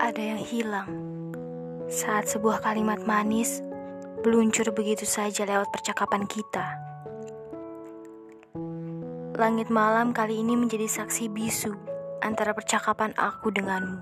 Ada yang hilang saat sebuah kalimat manis meluncur begitu saja lewat percakapan kita. Langit malam kali ini menjadi saksi bisu antara percakapan aku denganmu.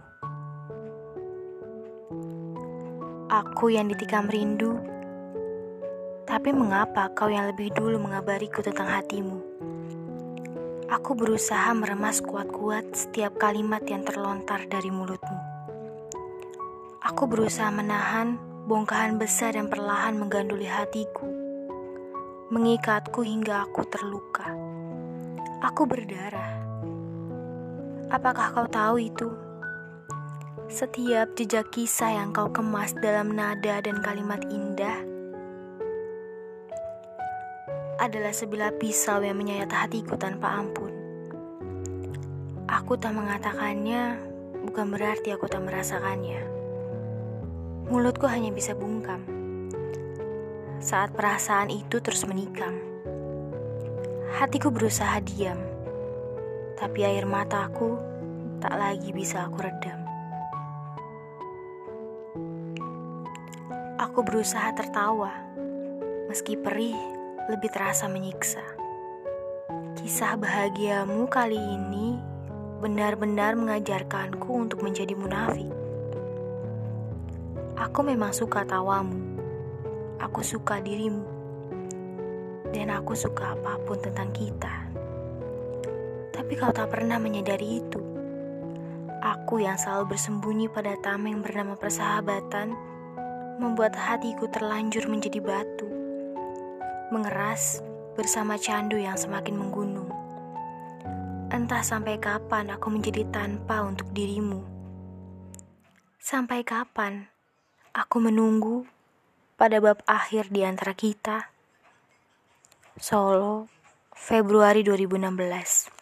Aku yang ditikam rindu, tapi mengapa kau yang lebih dulu mengabariku tentang hatimu? Aku berusaha meremas kuat-kuat setiap kalimat yang terlontar dari mulutmu. Aku berusaha menahan bongkahan besar yang perlahan mengganduli hatiku, mengikatku hingga aku terluka. Aku berdarah. Apakah kau tahu itu? Setiap jejak kisah yang kau kemas dalam nada dan kalimat indah adalah sebilah pisau yang menyayat hatiku tanpa ampun. Aku tak mengatakannya bukan berarti aku tak merasakannya. Mulutku hanya bisa bungkam saat perasaan itu terus menikam. Hatiku berusaha diam, tapi air mataku tak lagi bisa aku redam. Aku berusaha tertawa, meski perih lebih terasa menyiksa. Kisah bahagiamu kali ini benar-benar mengajarkanku untuk menjadi munafik. Aku memang suka tawamu, aku suka dirimu, dan aku suka apapun tentang kita. Tapi kau tak pernah menyadari itu. Aku yang selalu bersembunyi pada tameng bernama persahabatan membuat hatiku terlanjur menjadi batu, mengeras bersama candu yang semakin menggunung. Entah sampai kapan aku menjadi tanpa untuk dirimu. Sampai kapan aku menunggu pada bab akhir di antara kita. Solo, Februari 2016.